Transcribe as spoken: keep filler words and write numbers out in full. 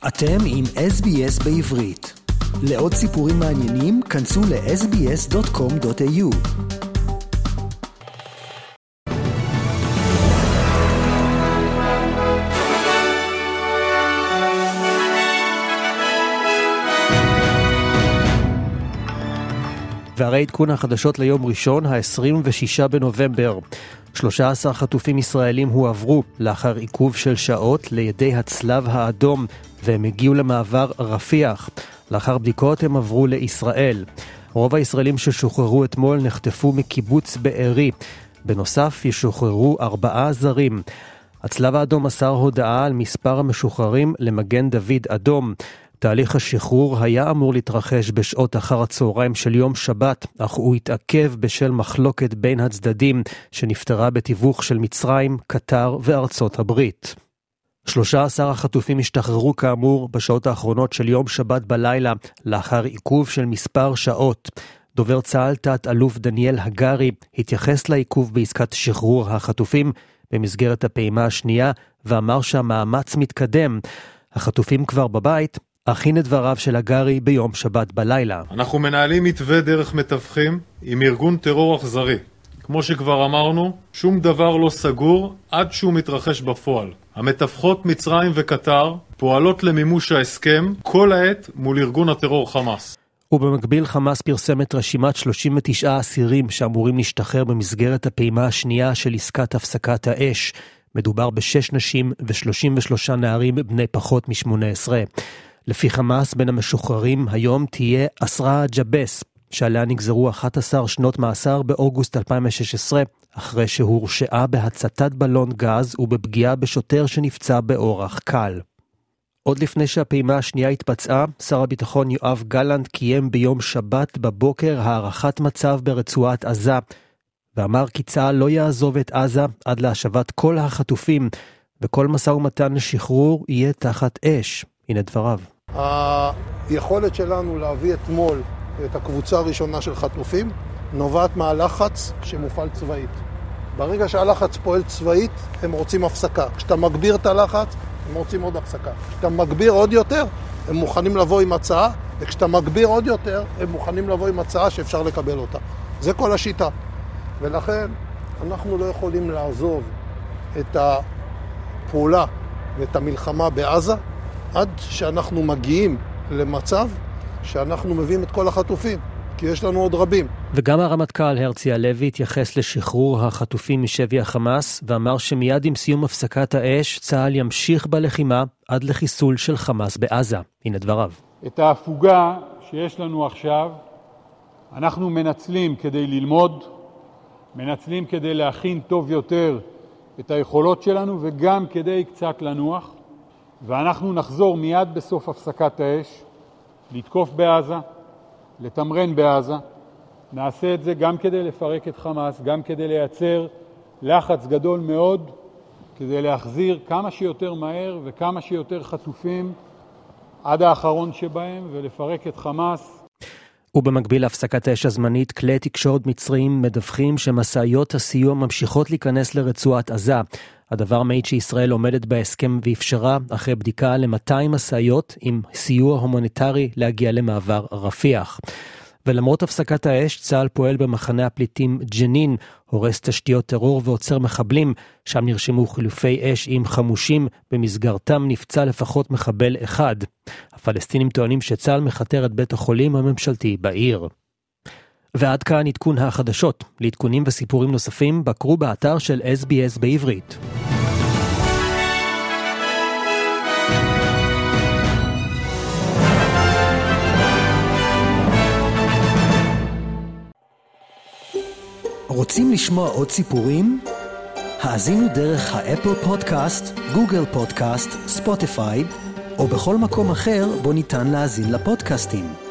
אתם עם אס בי אס בעברית. לעוד סיפורים מעניינים, כנסו ל-אס בי אס דוט קום דוט איי יו. והרי עדכון החדשות ליום ראשון, ה-עשרים ושישה בנובמבר. שלושה עשר חטופים ישראלים הועברו לאחר עיכוב של שעות לידי הצלב האדום, והם הגיעו למעבר רפיח. לאחר בדיקות הם עברו לישראל. רוב הישראלים ששוחררו אתמול נחטפו מקיבוץ בארי. בנוסף ישוחררו ארבעה זרים. הצלב האדום מסר הודעה על מספר המשוחררים למגן דוד אדום. תהליך השחרור היה אמור להתרחש בשעות אחר הצהריים של יום שבת, אך הוא התעכב בשל מחלוקת בין הצדדים שנפתרה בתיווך של מצרים, קטר וארצות הברית. שלושה עשר החטופים השתחררו כאמור בשעות האחרונות של יום שבת בלילה, לאחר עיכוב של מספר שעות. דובר צה"ל תת אלוף דניאל הגרי התייחס לעיכוב בעסקת שחרור החטופים במסגרת הפעימה השנייה, ואמר שהמאמץ מתקדם. החטופים כבר בבית, הכין את דבריו של הגרי ביום שבת בלילה. אנחנו מנהלים מתווה דרך מתווכים עם ארגון טרור אכזרי. כמו שכבר אמרנו, שום דבר לא סגור עד שהוא מתרחש בפועל. המתווכות מצרים וקטר פועלות למימוש ההסכם כל העת מול ארגון הטרור חמאס. ובמקביל חמאס פרסם את רשימת שלושים ותשעה אסירים שאמורים להשתחרר במסגרת הפעימה השנייה של עסקת הפסקת האש. מדובר בשש נשים ו-שלושים ושלושה נערים בני פחות מ-שמונה עשרה. לפי חמאס בין המשוחררים היום תהיה אסרה ג'בס, שעליה נגזרו אחת עשרה שנות מאסר באוגוסט אלפיים ושש עשרה, אחרי שהורשעה בהצתת בלון גז ובפגיעה בשוטר שנפצע באורח קל. עוד לפני שהפעימה השנייה התבצעה, שר הביטחון יואב גלנט קיים ביום שבת בבוקר הערכת מצב ברצועת עזה, ואמר כי צה"ל לא יעזוב את עזה עד להשבת כל החטופים, וכל משא ומתן לשחרור יהיה תחת אש. הנה דבריו. היכולת שלנו להביא אתמול את הקבוצה הראשונה של חטופים נובעת מהלחץ שמופעל צבאית. ברגע שהלחץ פועל צבאית, הם רוצים הפסקה. כשאתה מגביר את הלחץ, הם רוצים עוד הפסקה. כשאתה מגביר עוד יותר, הם מוכנים לבוא עם הצעה, וכשאתה מגביר עוד יותר, הם מוכנים לבוא עם הצעה שאפשר לקבל אותה. זה כל השיטה. ולכן אנחנו לא יכולים לעזוב את הפעולה ואת המלחמה בעזה, עד שאנחנו מגיעים למצב שאנחנו מביאים את כל החטופים, כי יש לנו עוד רבים. וגם הרמטכ"ל הרצי הלוי התייחס לשחרור החטופים משבי החמאס, ואמר שמיד עם סיום הפסקת האש, צה"ל ימשיך בלחימה עד לחיסול של חמאס בעזה. הנה דבריו. את ההפוגה שיש לנו עכשיו, אנחנו מנצלים כדי ללמוד, מנצלים כדי להכין טוב יותר את היכולות שלנו, וגם כדי קצת לנוח. ואנחנו נחזור מיד בסוף הפסקת האש, לתקוף בעזה, לתמרן בעזה. נעשה את זה גם כדי לפרק את חמאס, גם כדי לייצר לחץ גדול מאוד, כדי להחזיר כמה שיותר מהר וכמה שיותר חטופים עד האחרון שבהם, ולפרק את חמאס. ובמקביל להפסקת האש הזמנית, כלי תקשורת מצריים מדווחים שמסעיות הסיוע ממשיכות להיכנס לרצועת עזה. הדבר מעיד שישראל עומדת בהסכם ואפשרה אחרי בדיקה ל-מאתיים מסעיות עם סיוע הומניטרי להגיע למעבר רפיח. ולמרות הפסקת האש, צה"ל פועל במחנה הפליטים ג'נין, הורס תשתיות טרור ועוצר מחבלים, שם נרשמו חילופי אש עם חמושים, במסגרתם נפצע לפחות מחבל אחד. הפלסטינים טוענים שצה"ל מחתר את בית החולים הממשלתי בעיר. ועד כאן עדכון החדשות. לעדכונים וסיפורים נוספים, בקרו באתר של אס בי אס בעברית. רוצים לשמוע עוד סיפורים? האזינו דרך האפל פודקאסט, גוגל פודקאסט, ספוטיפיי, או בכל מקום אחר בו ניתן להאזין לפודקאסטים.